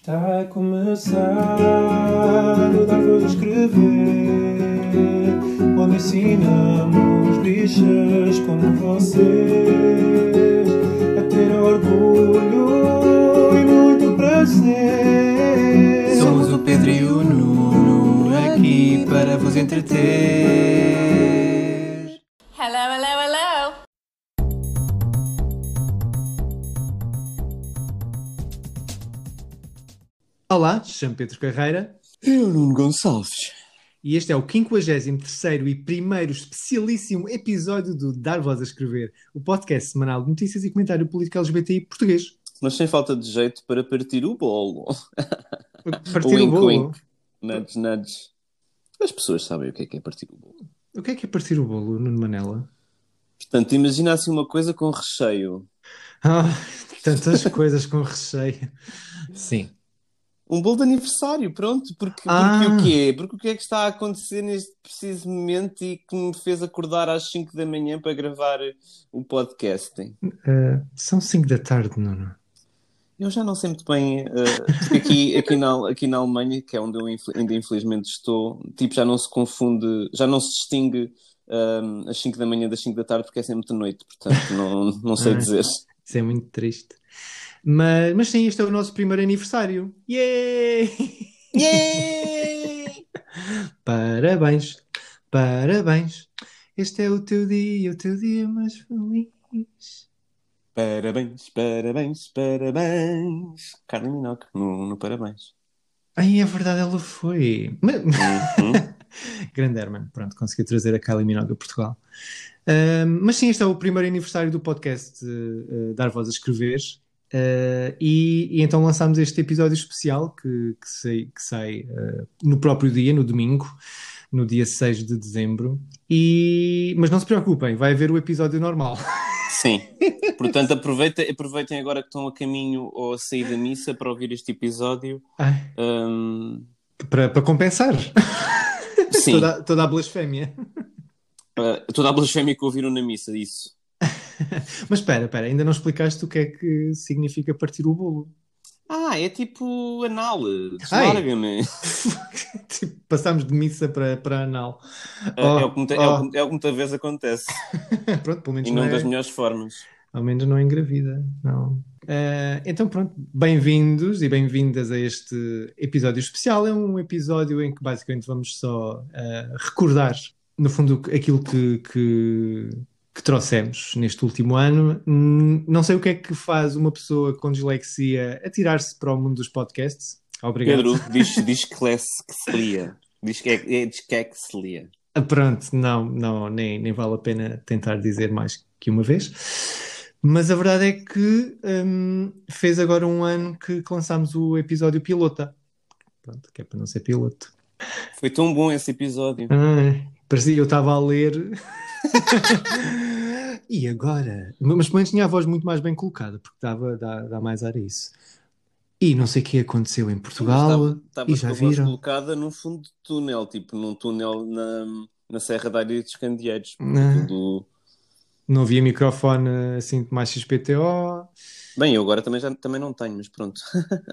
Está a começar o Dar Voz a Escrever, onde ensinamos bichas como vocês a ter orgulho e muito prazer. Somos o Pedro e o Nuno, aqui para vos entreter. Hello, hello, hello! Olá, chamo Pedro Carreira Eu, Nuno Gonçalves. e este é o 53º e primeiro especialíssimo episódio do Dar Voz a Escrever, o podcast semanal de notícias e comentário político LGBTI português. Mas sem falta de jeito para partir o bolo. Partir o Wink, bolo? wink. Nudge, nudge. As pessoas sabem o que é partir o bolo. O que é partir o bolo, Nuno Manela? Portanto, imagina assim uma coisa com recheio. Ah, tantas coisas com recheio. Sim. Um bolo de aniversário, pronto. Porque o quê? Porque o que é que está a acontecer neste preciso momento e que me fez acordar às 5 da manhã para gravar o podcast? São 5 da tarde, Nuno. Eu já não sei muito bem, porque aqui na Alemanha, que é onde eu ainda infelizmente estou, tipo, já não se confunde, já não se distingue às 5 da manhã das 5 da tarde, porque é sempre de noite, portanto, não sei dizer. Isso é muito triste. Mas sim, este é o nosso primeiro aniversário. Yay! Yay! Parabéns, parabéns. Este é o teu dia mais feliz. Parabéns, parabéns, parabéns. Carla Minogue, no parabéns. Ai, é verdade, ela foi. Uhum. Grande Herman, pronto, conseguiu trazer a Kylie Minogue a Portugal. Mas sim, este é o primeiro aniversário do podcast Dar Voz a Escrever. E então lançámos este episódio especial que sai no próprio dia, no domingo, no dia 6 de dezembro. Mas não se preocupem, vai haver o episódio normal. Sim, portanto aproveitem agora que estão a caminho ou a sair da missa para ouvir este episódio. Ai, para compensar Sim. toda a blasfémia. Toda a blasfémia que ouviram na missa, isso. Mas espera, ainda não explicaste o que é que significa partir o bolo. É tipo anal, deslarga-me. Tipo, passámos de missa para anal. É o que muitas vezes acontece. Pronto, pelo menos E não não é, das melhores formas. ao menos não é engravida, não. Então pronto, bem-vindos e bem-vindas a este episódio especial. É um episódio em que basicamente vamos só recordar, no fundo, aquilo que trouxemos neste último ano. Não sei o que é que faz uma pessoa com dislexia atirar-se para o mundo dos podcasts. Obrigado. Pedro, diz que se lia. Diz que é que se lia. Pronto, não, nem vale a pena tentar dizer mais que uma vez. Mas a verdade é que fez agora um ano que lançámos o episódio pilota. Pronto, que é para não ser piloto. Foi tão bom esse episódio. Parecia que eu estava a ler. E agora? Mas pelo menos tinha a voz muito mais bem colocada, porque dá mais ar a isso. E não sei o que aconteceu em Portugal. Estava E já com a voz viram? colocada num fundo de túnel, tipo num túnel na Serra da Areia dos Candeeiros. Não havia microfone assim mais XPTO. Bem, eu agora também não tenho, mas pronto.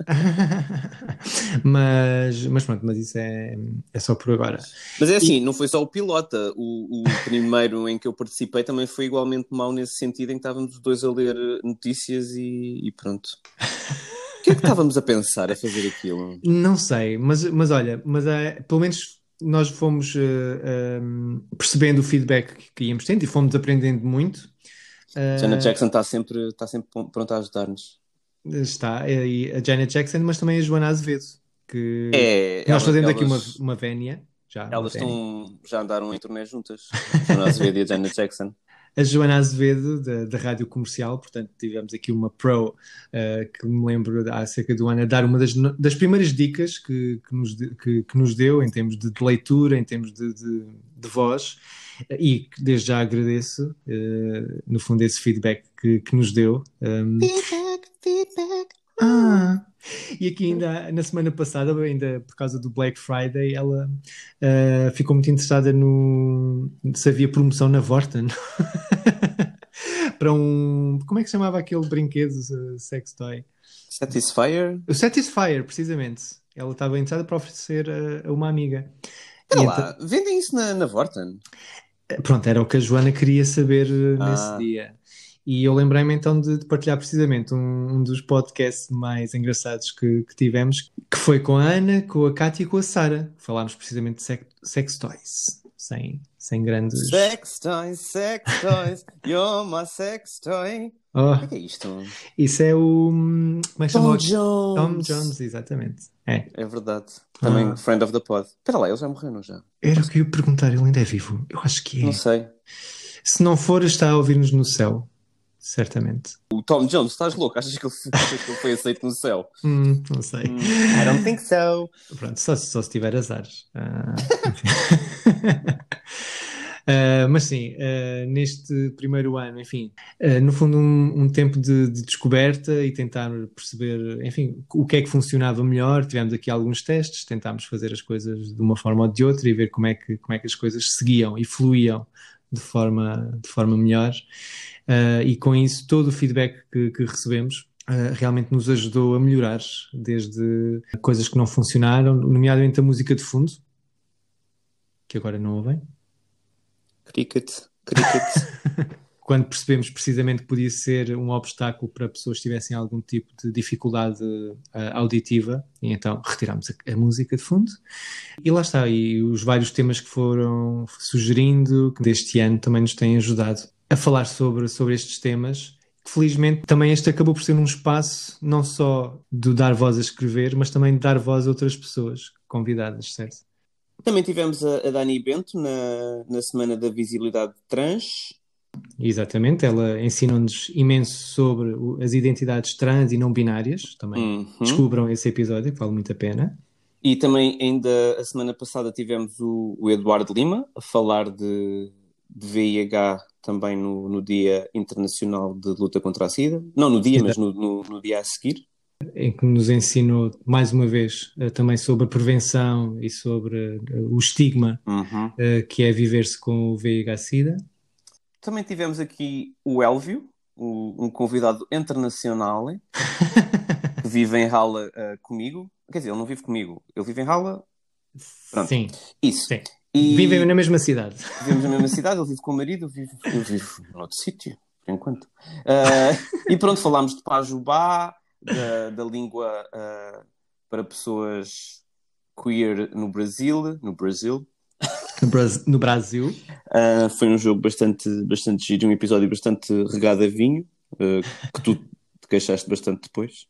mas pronto, mas isso é só por agora. Mas é assim, não foi só o pilota. O primeiro em que eu participei também foi igualmente mau nesse sentido, em que estávamos os dois a ler notícias e pronto. O que é que estávamos a pensar a fazer aquilo? Não sei, mas olha, pelo menos nós fomos percebendo o feedback que íamos tendo e fomos aprendendo muito. Janet Jackson está sempre pronta a ajudar-nos. Está, e a Janet Jackson, mas também a Joana Azevedo, que nós fazemos aqui uma vénia. Elas já andaram em turnê juntas, a Joana Azevedo e a Janet Jackson. A Joana Azevedo, da Rádio Comercial, portanto tivemos aqui uma pro que me lembro há cerca de um ano a dar uma das primeiras dicas que nos deu em termos de leitura, em termos de voz, e desde já agradeço no fundo esse feedback que nos deu. Feedback. E aqui ainda na semana passada, ainda por causa do Black Friday, ela ficou muito interessada se havia promoção na Vorten para como é que se chamava aquele brinquedo sex toy? Satisfyer? O Satisfyer, precisamente. Ela estava interessada para oferecer a uma amiga. Espera E lá, vendem isso na Vorten? pronto, era o que a Joana queria saber nesse Ah. dia. E eu lembrei-me então de partilhar precisamente um dos podcasts mais engraçados que tivemos, que foi com a Ana, com a Cátia e com a Sara. Falámos precisamente de sex toys, sem grandes... Sex toys, you're my sex toy. Oh, O que é isto? isso é o... Como é que chama? Tom Jones. Tom Jones, exatamente. É verdade. Também friend of the pod. Espera lá, ele já morreu, não já? Era o que eu ia perguntar, ele ainda é vivo? Eu acho que é. Não sei. Se não for, está a ouvir-nos no céu. Certamente. O Tom Jones, estás louco? Achas que ele foi aceito no céu? Não sei. I don't think so. Pronto, só se tiver azares. Mas sim, neste primeiro ano, enfim, no fundo um tempo de descoberta e tentar perceber, enfim, o que é que funcionava melhor. Tivemos aqui alguns testes, tentámos fazer as coisas de uma forma ou de outra e ver como é que as coisas seguiam e fluíam de forma melhor. E com isso, todo o feedback que recebemos realmente nos ajudou a melhorar, desde coisas que não funcionaram, nomeadamente a música de fundo, que agora não ouvem. Cricket. Quando percebemos precisamente que podia ser um obstáculo para pessoas que tivessem algum tipo de dificuldade auditiva, e então retirámos a música de fundo. E lá está, e os vários temas que foram sugerindo, que deste ano também nos têm ajudado a falar sobre estes temas. Felizmente também este acabou por ser um espaço não só de dar voz a escrever, mas também de dar voz a outras pessoas convidadas, certo? Também tivemos a Dani Bento na Semana da Visibilidade Trans. Exatamente, ela ensinou-nos imenso sobre as identidades trans e não binárias. Também descubram esse episódio, que vale muito a pena. E também ainda a semana passada tivemos o Eduardo Lima a falar de VIH também no Dia Internacional de Luta contra a SIDA. Não no dia, mas no dia a seguir. Em que nos ensinou, mais uma vez, também sobre a prevenção e sobre o estigma que é viver-se com o VIH-Sida. Também tivemos aqui o Elvio, um convidado internacional, que vive em Halle comigo. Quer dizer, ele não vive comigo, ele vive em Halle. Pronto. Sim. Isso. Sim. Vivem na mesma cidade. Vivemos na mesma cidade, ele vive com o marido, eu vivo noutro sítio, por enquanto. E pronto, falámos de Pajubá, da língua para pessoas queer no Brasil. No Brasil. Foi um jogo bastante giro, um episódio bastante regado a vinho, que tu te queixaste bastante depois.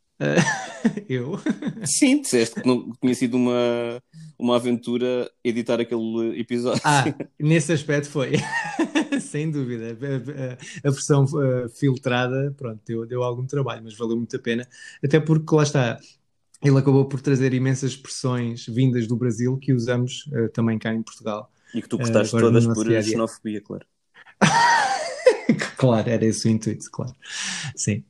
Eu? Sim, disseste que não tinha sido uma aventura editar aquele episódio. Nesse aspecto foi. Sem dúvida. A versão filtrada, pronto, deu algum trabalho, mas valeu muito a pena. Até porque, lá está, ele acabou por trazer imensas expressões vindas do Brasil que usamos também cá em Portugal. E que tu cortaste todas por xenofobia, claro. Claro, era esse o intuito, claro. Sim.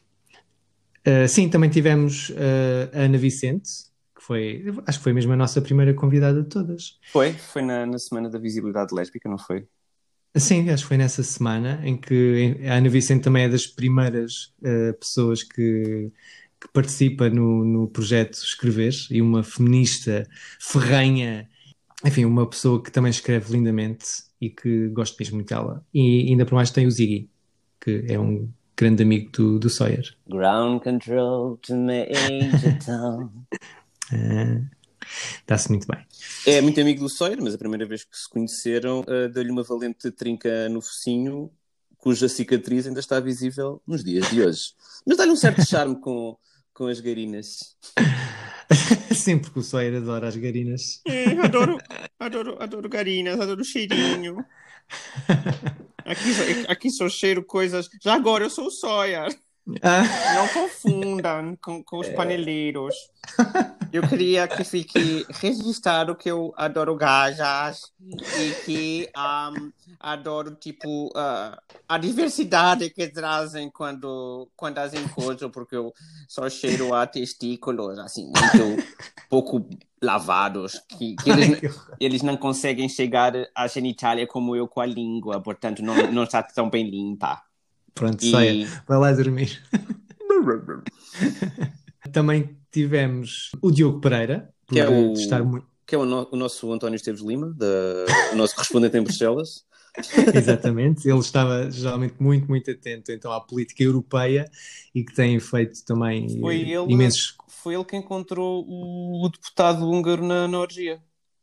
Sim, também tivemos a Ana Vicente, acho que foi mesmo a nossa primeira convidada de todas. Foi na Semana da Visibilidade Lésbica, não foi? Sim, acho que foi nessa semana em que a Ana Vicente também é das primeiras pessoas que participa no projeto Escrever, e uma feminista ferrenha, enfim, uma pessoa que também escreve lindamente e que gosto mesmo muito dela. E ainda por mais tem o Ziggy, que é um grande amigo do Sawyer. Ground control to Major Tom. Está-se muito bem. É muito amigo do Sawyer, mas a primeira vez que se conheceram deu-lhe uma valente trinca no focinho, cuja cicatriz ainda está visível nos dias de hoje. Mas dá-lhe um certo charme com as garinas. Sim, porque o Sawyer adora as garinas. Adoro garinas, adoro o cheirinho. Aqui só cheiro coisas... Já agora eu sou o Sawyer. Não confundam com os paneleiros. Eu queria que fique registrado que eu adoro gajas e que adoro, tipo, a diversidade que trazem quando as encontro, porque eu só cheiro a testículos, assim, muito pouco lavados, que eles não conseguem chegar à genitália como eu com a língua, portanto não está tão bem limpa. Pronto, Sawyer, vai lá dormir. Também tivemos o Diogo Pereira, por Que é o, estar muito... que é o nosso António Esteves Lima, o nosso correspondente em Bruxelas. Exatamente, ele estava geralmente muito, muito atento então à política europeia e que tem feito também imensos... Foi ele que encontrou o deputado húngaro na orgia.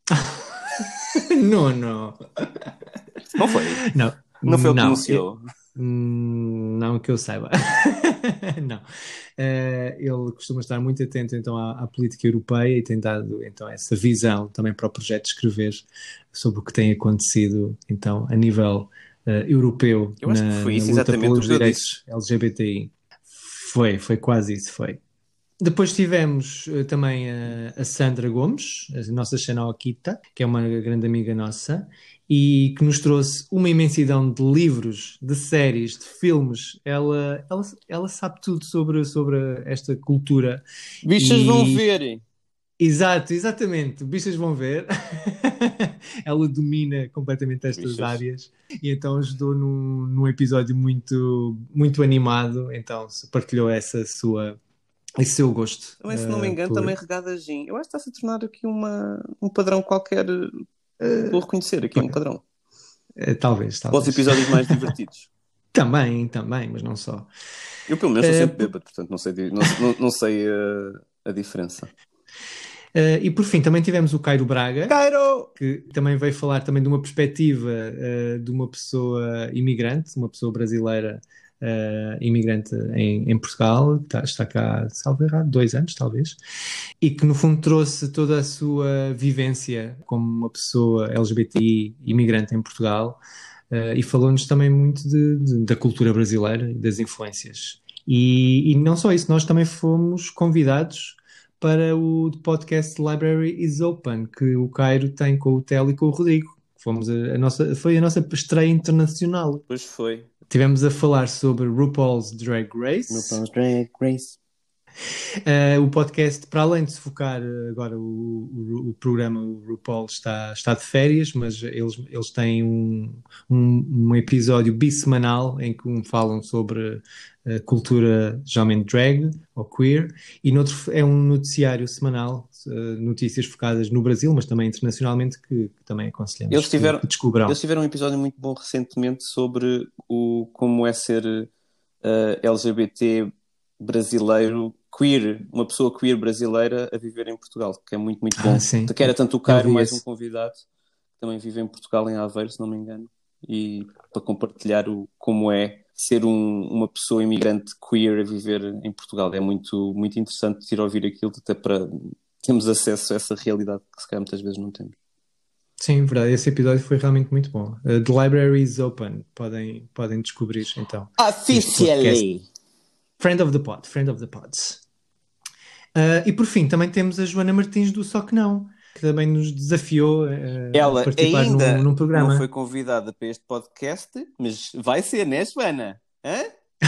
Não. Não foi? Não. Não foi ele que denunciou? Não que eu saiba. Não. Ele costuma estar muito atento então à política europeia e tem dado então essa visão também para o projeto de escrever sobre o que tem acontecido então a nível europeu eu acho que foi isso na luta exatamente pelos o que eu direitos LGBTI. Foi quase isso, foi. Depois tivemos também a Sandra Gomes, a nossa Xanaokita, que é uma grande amiga nossa, e que nos trouxe uma imensidão de livros, de séries, de filmes. Ela sabe tudo sobre esta cultura. Bichas vão ver. Exatamente. Bichas vão ver. Ela domina completamente estas áreas e então ajudou num episódio muito, muito animado. Então partilhou esse seu gosto. Também, se não me engano, também regada gin. Eu acho que está-se a tornar aqui um padrão qualquer. Vou reconhecer aqui um padrão. Talvez. Para os episódios mais divertidos. Também, mas não só. Eu, pelo menos, sou sempre bêbado, portanto, não sei a diferença. E por fim, também tivemos o Cairo Braga, que também veio falar também de uma perspectiva de uma pessoa imigrante, uma pessoa brasileira imigrante em Portugal, está cá, salvo errado, 2 anos talvez, e que no fundo trouxe toda a sua vivência como uma pessoa LGBTI imigrante em Portugal e falou-nos também muito da cultura brasileira e das influências. E não só isso, nós também fomos convidados para o podcast Library is Open, que o Cairo tem com o Tel e com o Rodrigo. Foi a nossa estreia internacional. Pois foi. Tivemos a falar sobre RuPaul's Drag Race. O podcast, para além de se focar agora o programa, o RuPaul está de férias, mas eles têm um episódio bissemanal em que falam sobre a cultura geralmente drag ou queer, e noutro é um noticiário semanal, notícias focadas no Brasil, mas também internacionalmente, que também aconselhamos que descubram. Eles tiveram um episódio muito bom recentemente sobre como é ser LGBT brasileiro, queer, uma pessoa queer brasileira a viver em Portugal, que é muito, muito bom. Sim. Que era tanto o Cairo mais um convidado que também vive em Portugal, em Aveiro, se não me engano, e para compartilhar como é ser uma pessoa imigrante queer a viver em Portugal. É muito, muito interessante ir ouvir aquilo, até para termos acesso a essa realidade que se calhar muitas vezes não temos. Sim, verdade. Esse episódio foi realmente muito bom. The Library is Open. Podem descobrir, então. Officially! Friend of the Pods. E por fim, também temos a Joana Martins do Só Que Não, que também nos desafiou a participar ainda num programa. Não foi convidada para este podcast, mas vai ser, né, Joana? Hã?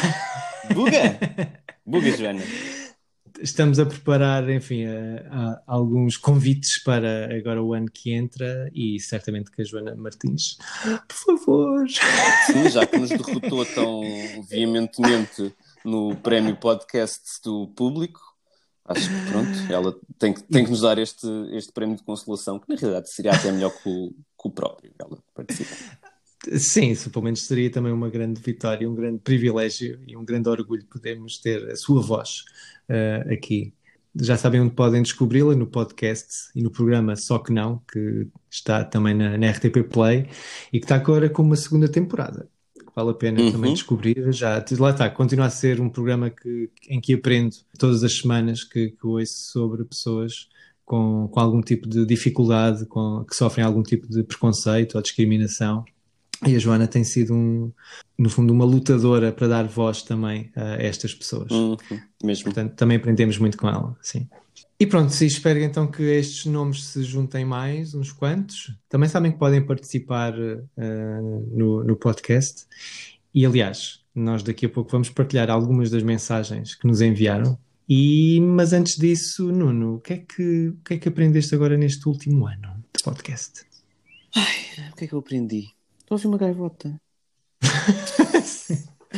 Buga, Joana. Estamos a preparar, enfim, alguns convites para agora o ano que entra e certamente que a Joana Martins, por favor. Sim, já que nos derrotou tão veementemente no prémio podcast do público, acho que pronto, ela tem que nos dar este prémio de consolação, que na realidade seria até melhor que o próprio ela participar. Sim, isso pelo menos seria também uma grande vitória, um grande privilégio e um grande orgulho podermos ter a sua voz aqui. Já sabem onde podem descobri-la, no podcast e no programa Só Que Não, que está também na RTP Play e que está agora com uma segunda temporada. Vale a pena também descobrir. Já, lá está, continua a ser um programa em que aprendo todas as semanas, que ouço sobre pessoas com algum tipo de dificuldade, que sofrem algum tipo de preconceito ou discriminação. E a Joana tem sido, no fundo, uma lutadora para dar voz também a estas pessoas. Mesmo. Portanto, também aprendemos muito com ela, sim. E pronto, espero então que estes nomes se juntem mais, uns quantos. Também sabem que podem participar no podcast. E, aliás, nós daqui a pouco vamos partilhar algumas das mensagens que nos enviaram. Mas antes disso, Nuno, o que é que aprendeste agora neste último ano de podcast? O que é que eu aprendi? Estou a ouvir uma gaivota.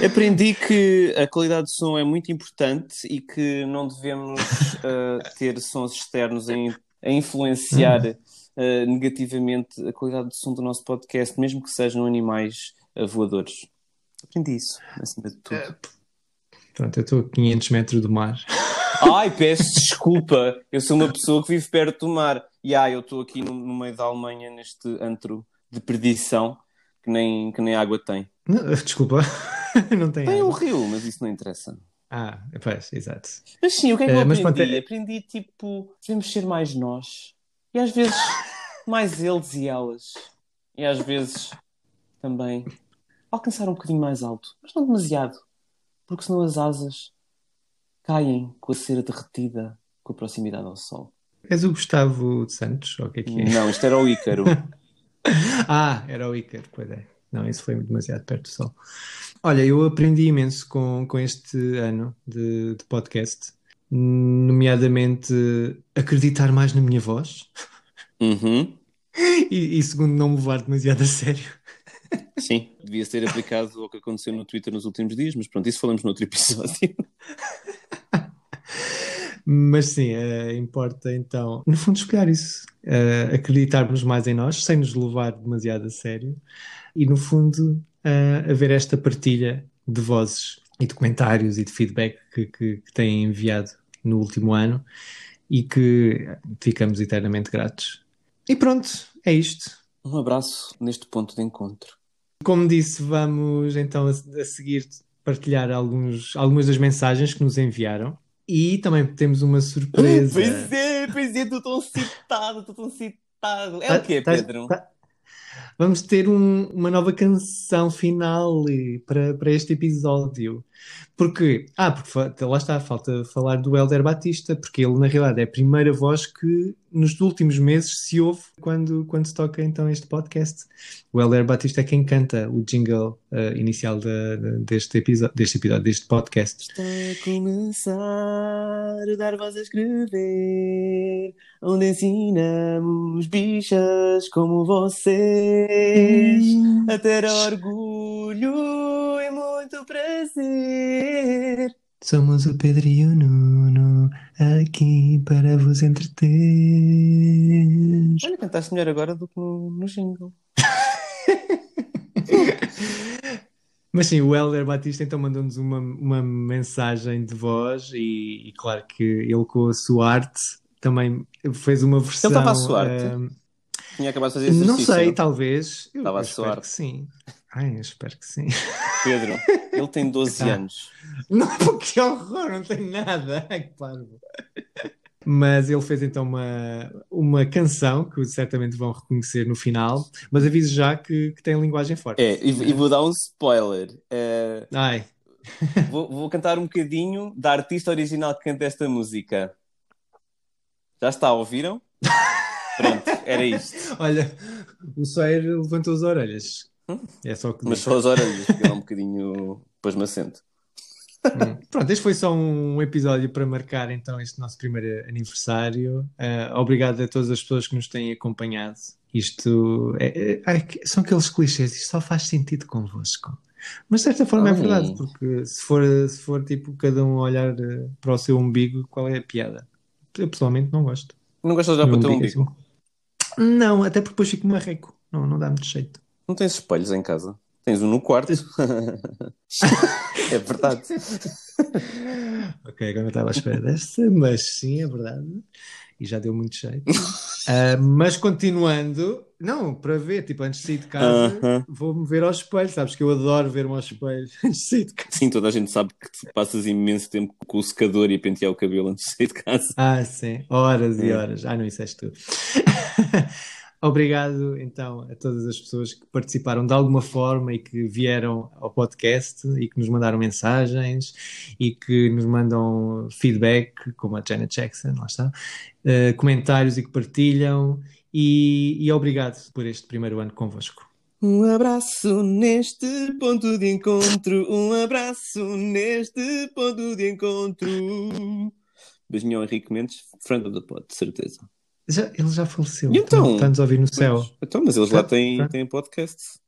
Aprendi que a qualidade de som é muito importante e que não devemos ter sons externos a influenciar negativamente a qualidade de som do nosso podcast, mesmo que sejam animais voadores. Aprendi isso, acima de tudo. Pronto, eu estou a 500 metros do mar. Ai, peço desculpa. Eu sou uma pessoa que vive perto do mar. E eu estou aqui no meio da Alemanha, neste antro de perdição que nem água tem. Não, desculpa, não tem Tem um água. rio, mas isso não interessa. Pois, exato. Mas sim, o que é que eu Mas aprendi? pronto, Aprendi, tipo, devemos ser mais nós. E às vezes mais eles e elas. E às vezes também alcançar um bocadinho mais alto. Mas não demasiado. Porque senão as asas caem com a cera derretida com a proximidade ao sol. És o Gustavo de Santos, ou o que é que é? Não, isto era o Ícaro. Era o Ícaro, pois é. Não, isso foi demasiado perto do sol. Olha, eu aprendi imenso com este ano de podcast, nomeadamente acreditar mais na minha voz Uhum. e segundo, não me levar demasiado a sério. Sim, devia ser aplicado ao que aconteceu no Twitter nos últimos dias, mas pronto, isso falamos noutro episódio. Mas sim, importa então, no fundo, espelhar isso, acreditarmos mais em nós, sem nos levar demasiado a sério, e no fundo, haver esta partilha de vozes e de comentários e de feedback que têm enviado no último ano e que ficamos eternamente gratos. E pronto, é isto. Um abraço neste ponto de encontro. Como disse, vamos então a seguir partilhar algumas das mensagens que nos enviaram. E também temos uma surpresa. Pois é, estou tão citado. É o quê, Pedro? Vamos ter uma nova canção final para este episódio. Porque lá está, falta falar do Hélder Batista, porque ele, na realidade, é a primeira voz que nos últimos meses se ouve quando se toca então este podcast. O Hélder Batista é quem canta o jingle inicial deste podcast. Está a começar a dar voz a escrever, onde ensinamos bichas como vocês a ter orgulho e muito prazer. Somos o Pedro e o Nuno, aqui para vos entreter. Olha, cantaste melhor agora do que no jingle. Mas sim, o Hélder Batista então mandou-nos uma mensagem de voz e claro que ele com a sua arte também fez uma versão... Ele estava a suar-te? Tinha acabado de fazer exercício? Não sei, talvez. Estava a suar. Espero que sim. Eu espero que sim. Pedro, ele tem 12 anos. Não, que horror, não tem nada. Ai, que parvo. Mas ele fez então uma canção que certamente vão reconhecer no final, mas aviso já que tem linguagem forte. E vou dar um spoiler. Ai. Vou cantar um bocadinho da artista original que canta esta música. Já está, ouviram? Pronto, era isto. Olha, o Sair levantou as orelhas. É só que... Mas só as orelhas, porque é um bocadinho pasmacento. Pronto, este foi só um episódio para marcar então este nosso primeiro aniversário. Obrigado a todas as pessoas que nos têm acompanhado. Isto são aqueles clichês, isto só faz sentido convosco. Mas de certa forma é verdade, porque se for tipo cada um olhar para o seu umbigo, qual é a piada? Eu pessoalmente não gosto. Não gostas de olhar para o teu umbigo? Assim. Não, até porque depois fico marreco. Não dá muito jeito. Não tens espelhos em casa? Tens um no quarto. É verdade. Ok, agora não estava à espera desta, mas sim, é verdade. E já deu muito jeito. Mas continuando, não, para ver, tipo, antes de sair de casa, vou-me ver ao espelho. Sabes que eu adoro ver-me ao espelho antes de sair de casa. Sim, toda a gente sabe que tu passas imenso tempo com o secador e a pentear o cabelo antes de sair de casa. Sim, horas e horas. Não, isso és tu. Obrigado, então, a todas as pessoas que participaram de alguma forma e que vieram ao podcast e que nos mandaram mensagens e que nos mandam feedback, como a Janet Jackson, lá está, comentários e que partilham. E obrigado por este primeiro ano convosco. Um abraço neste ponto de encontro. Um abraço neste ponto de encontro. Beijinho ao Henrique Mendes, friend of the pod, de certeza. Ele já faleceu. Então, está-nos a ouvir no céu. Mas eles lá têm podcasts.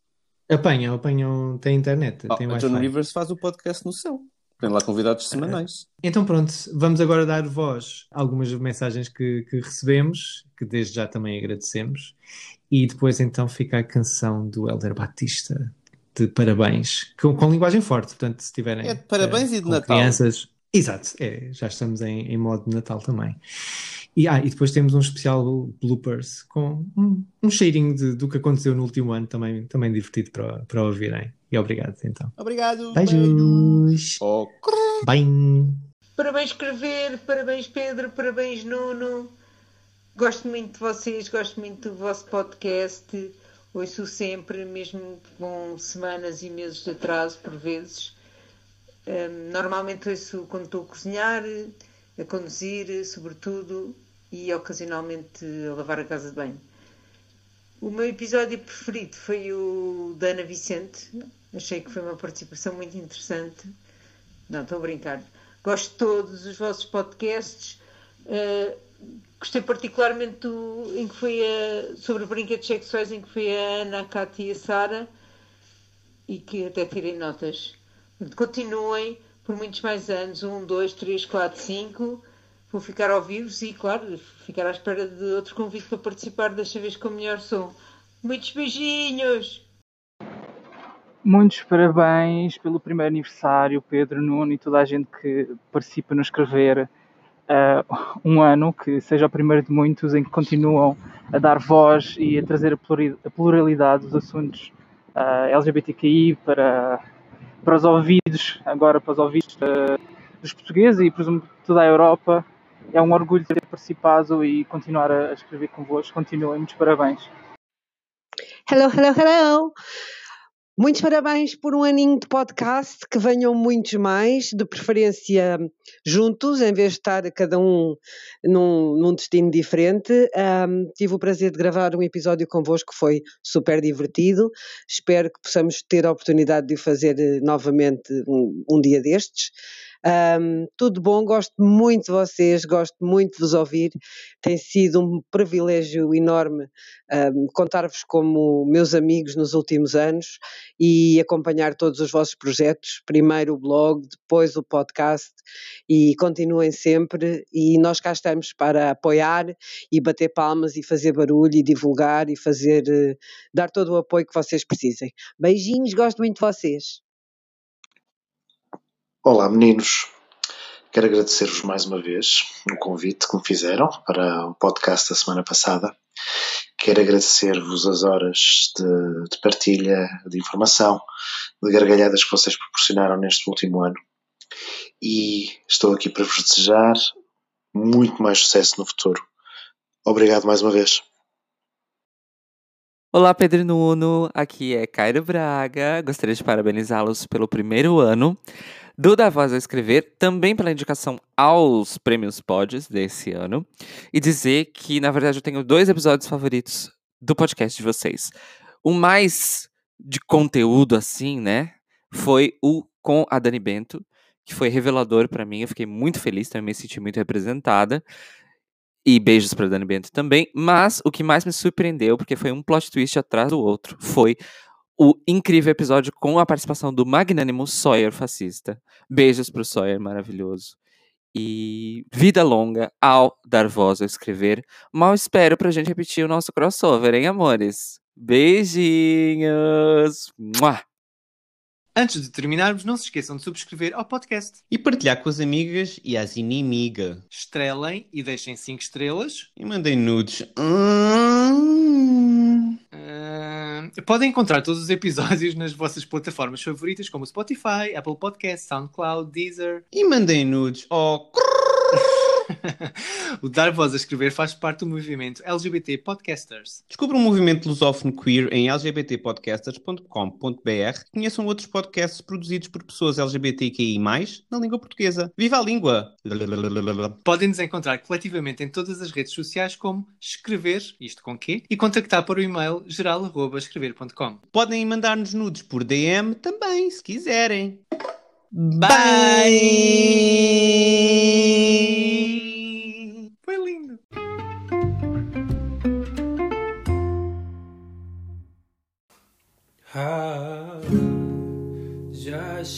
Apanham, tem internet, tem A John Wi-Fi. Rivers faz o podcast no céu. Tem lá convidados semanais. Então pronto, vamos agora dar voz a algumas mensagens que recebemos, que desde já também agradecemos, e depois então fica a canção do Hélder Batista, de parabéns, com linguagem forte, portanto se tiverem É de parabéns e de com Natal. crianças... Exato, já estamos em modo de Natal também. E depois temos um especial bloopers com um cheirinho do que aconteceu no último ano, também divertido para ouvirem. E obrigado então. Obrigado. Beijos! Oh. Bye! Parabéns, escrever, parabéns, Pedro, parabéns, Nuno. Gosto muito de vocês, gosto muito do vosso podcast. Ouço sempre, mesmo com semanas e meses de atraso, por vezes. Normalmente ouço quando estou a cozinhar, a conduzir, sobretudo, e ocasionalmente a lavar a casa de banho. O meu episódio preferido foi o da Ana Vicente. Achei que foi uma participação muito interessante. Não, estou a brincar. Gosto de todos os vossos podcasts. Gostei particularmente em que foi sobre brinquedos sexuais, em que foi a Ana, a Cátia e a Sara, e que até tirei notas. Continuem por muitos mais anos, 1, 2, 3, 4, 5. Vou ficar ao vivo e, claro, ficar à espera de outro convite para participar, desta vez com o melhor som. Muitos beijinhos! Muitos parabéns pelo primeiro aniversário, Pedro, Nuno e toda a gente que participa no Escrever. Um ano que seja o primeiro de muitos em que continuam a dar voz e a trazer a pluralidade dos assuntos LGBTQI para os ouvidos, agora para os ouvidos dos portugueses e, presumo, de toda a Europa. É um orgulho ter participado e continuar a escrever convosco. Continuem, muitos parabéns. Hello, hello, hello! Muitos parabéns por um aninho de podcast, que venham muitos mais, de preferência juntos, em vez de estar cada um num destino diferente. Tive o prazer de gravar um episódio convosco que foi super divertido. Espero que possamos ter a oportunidade de o fazer novamente um dia destes. Tudo bom, gosto muito de vocês, gosto muito de vos ouvir. Tem sido um privilégio enorme contar-vos como meus amigos nos últimos anos e acompanhar todos os vossos projetos, primeiro o blog, depois o podcast, e continuem sempre, e nós cá estamos para apoiar e bater palmas e fazer barulho e divulgar e dar todo o apoio que vocês precisem. Beijinhos, gosto muito de vocês. Olá meninos, quero agradecer-vos mais uma vez o convite que me fizeram para o podcast da semana passada. Quero agradecer-vos as horas de partilha, de informação, de gargalhadas que vocês proporcionaram neste último ano. E estou aqui para vos desejar muito mais sucesso no futuro. Obrigado mais uma vez. Olá, Pedro e Nuno, aqui é Cairo Braga. Gostaria de parabenizá-los pelo primeiro ano do Da Voz a Escrever, também pela indicação aos Prêmios Pods desse ano, e dizer que, na verdade, eu tenho 2 episódios favoritos do podcast de vocês. O mais de conteúdo, assim, né, foi o com a Dani Bento, que foi revelador pra mim. Eu fiquei muito feliz, também me senti muito representada. E beijos pra Dani Bento também. Mas o que mais me surpreendeu, porque foi um plot twist atrás do outro, foi o incrível episódio com a participação do magnânimo Sawyer fascista. Beijos pro Sawyer, maravilhoso. E vida longa ao Dar Voz a Escrever. Mal espero pra gente repetir o nosso crossover, hein, amores? Beijinhos! Mua! Antes de terminarmos, não se esqueçam de subscrever ao podcast. E partilhar com as amigas e as inimigas. Estrelem e deixem 5 estrelas. E mandem nudes. Podem encontrar todos os episódios nas vossas plataformas favoritas, como Spotify, Apple Podcasts, SoundCloud, Deezer. E mandem nudes. Oh, O Dar Voz a Escrever faz parte do movimento LGBT Podcasters. descubra um movimento lusófono queer em lgbtpodcasters.com.br. Conheçam outros podcasts produzidos por pessoas LGBTQI+, na língua portuguesa. Viva a língua! Podem nos encontrar coletivamente em todas as redes sociais como Escrever, isto com quê? E contactar para o e-mail geral@escrever.com. Podem mandar-nos nudes por DM também, se quiserem. Foi lindo! Ah.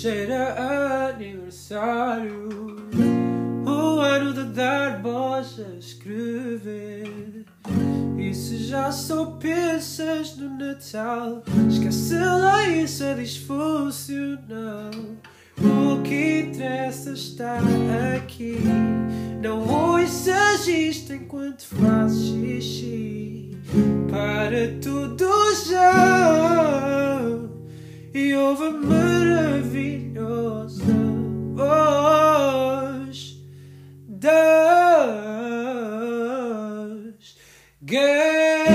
cheira a aniversário. O ano de dar voz a escrever. E se já só pensas no Natal, esquece lá, isso é disfuncional. O que interessa está aqui. Não ouças isto enquanto fazes xixi. Para tudo já e ouve a maravilhosa voz das gays.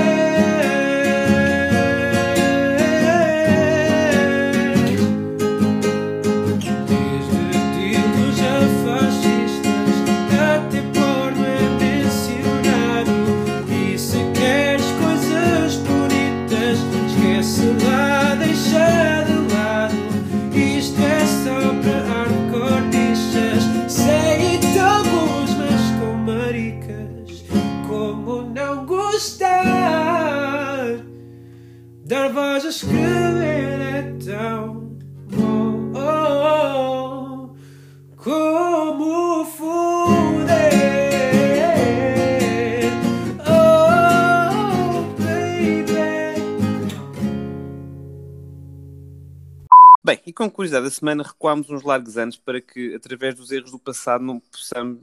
Desde títulos a fascistas, até porno é mencionado. E se queres coisas bonitas, esquece lá, deixa de lado. Isto é só para hardcoreistas. Sei tabus, mas com maricas. Como não gostar? Dar voz a escrever é tão bom. Como foder. Oh, baby. Bem, e com curiosidade da semana recuámos uns largos anos para que, através dos erros do passado, não possamos...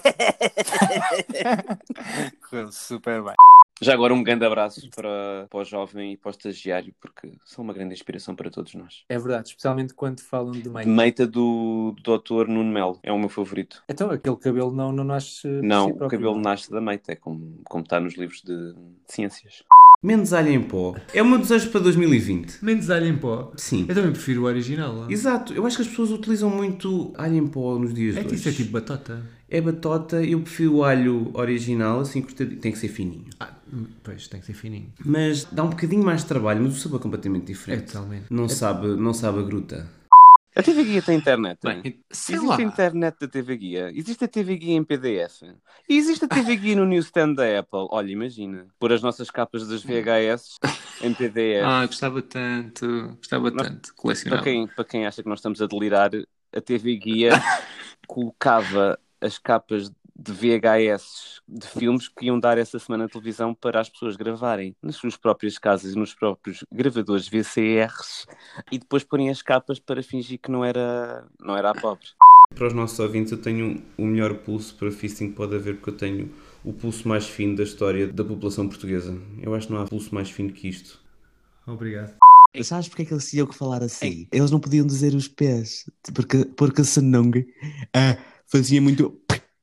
Super bem. Já agora um grande abraço para o jovem e para o estagiário, porque são uma grande inspiração para todos nós. É verdade, especialmente quando falam de Meita. Meita do Dr. Nuno Melo, é o meu favorito. Então, aquele cabelo não nasce... Não, por si o próprio, cabelo não. nasce da Meita, é como está nos livros de ciências. Menos alho em pó. É o meu desejo para 2020. Menos alho em pó. Sim. Eu também prefiro o original. Exato. Eu acho que as pessoas utilizam muito alho em pó nos dias de É que hoje. isso é tipo batata. É batota. Eu prefiro o alho original, assim, cortadinho. Tem que ser fininho. Pois, tem que ser fininho. Mas dá um bocadinho mais de trabalho, mas o sabor é completamente É diferente. totalmente. Não sabe a gruta. A TV Guia tem internet? Bem, sei existe lá. a internet da TV Guia? Existe a TV Guia em PDF? E existe a TV Guia no newsstand da Apple? Olha, imagina, pôr as nossas capas das VHS em PDF. Gostava tanto colecionar. Para quem acha que nós estamos a delirar, a TV Guia colocava as capas de VHS de filmes que iam dar essa semana na televisão para as pessoas gravarem nas suas próprias casas e nos próprios gravadores VCRs e depois porem as capas para fingir que não era a pobre. Para os nossos ouvintes, eu tenho o melhor pulso para fisting que pode haver, porque eu tenho o pulso mais fino da história da população portuguesa. Eu acho que não há pulso mais fino que isto. Obrigado. Sabes porque é que eles tinham que falar assim? Eles não podiam dizer os pés, porque senão fazia muito...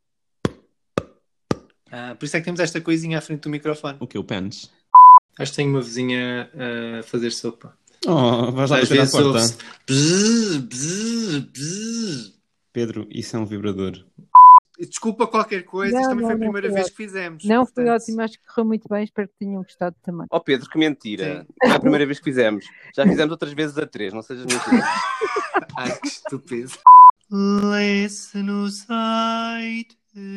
Por isso é que temos esta coisinha à frente do microfone. O que? O pênis? Acho que tenho uma vizinha a fazer sopa. Vais lá Às bater à vezes porta. ouve-se bzz, bzz, bzz. Pedro, isso é um vibrador. Desculpa qualquer coisa, isto também foi a primeira vez que fizemos. Não, foi portanto... ótimo, acho que correu muito bem, espero que tenham gostado também. Oh Pedro, que mentira. Não é a primeira vez que fizemos. Já fizemos outras vezes a 3, não sejas mentira. Ai, que estúpido. Listen no site.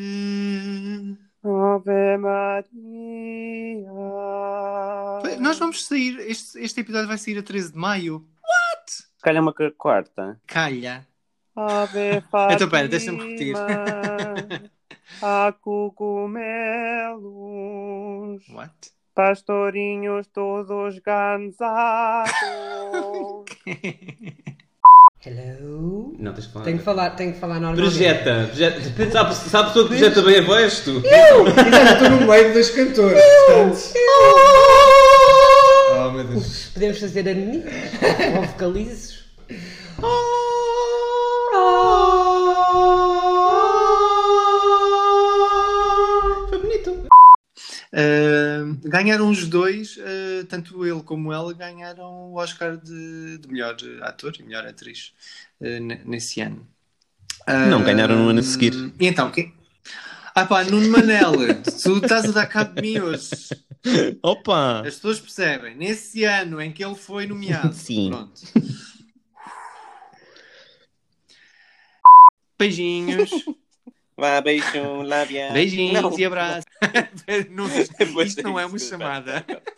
Ave Maria. Nós vamos sair, este episódio vai sair a 13 de maio. What? Calha uma quarta. Calha. Ave Fatima. Então, pera, deixa-me repetir. Há cogumelos. What? Pastorinhos todos gansados. Hello? Não, tens que falar. Tenho que falar normalmente. Projeta. Sabe a pessoa que projeta bem a voz, tu? Eu estou no meio dos cantores. Oh, meu Deus. Podemos fazer harmonias ou vocalizos. Foi bonito. Ganharam os dois, tanto ele como ela ganharam o Oscar de melhor ator e melhor atriz nesse ano. Não, ganharam no ano a seguir. E então, quem? Nuno Manela, tu estás a dar cabo de mim hoje. Opa! As pessoas percebem, nesse ano em que ele foi nomeado. Sim. Pronto. Beijinhos. Vá, beijo, lábia. Beijinhos Não. e abraços. Isto não é uma chamada.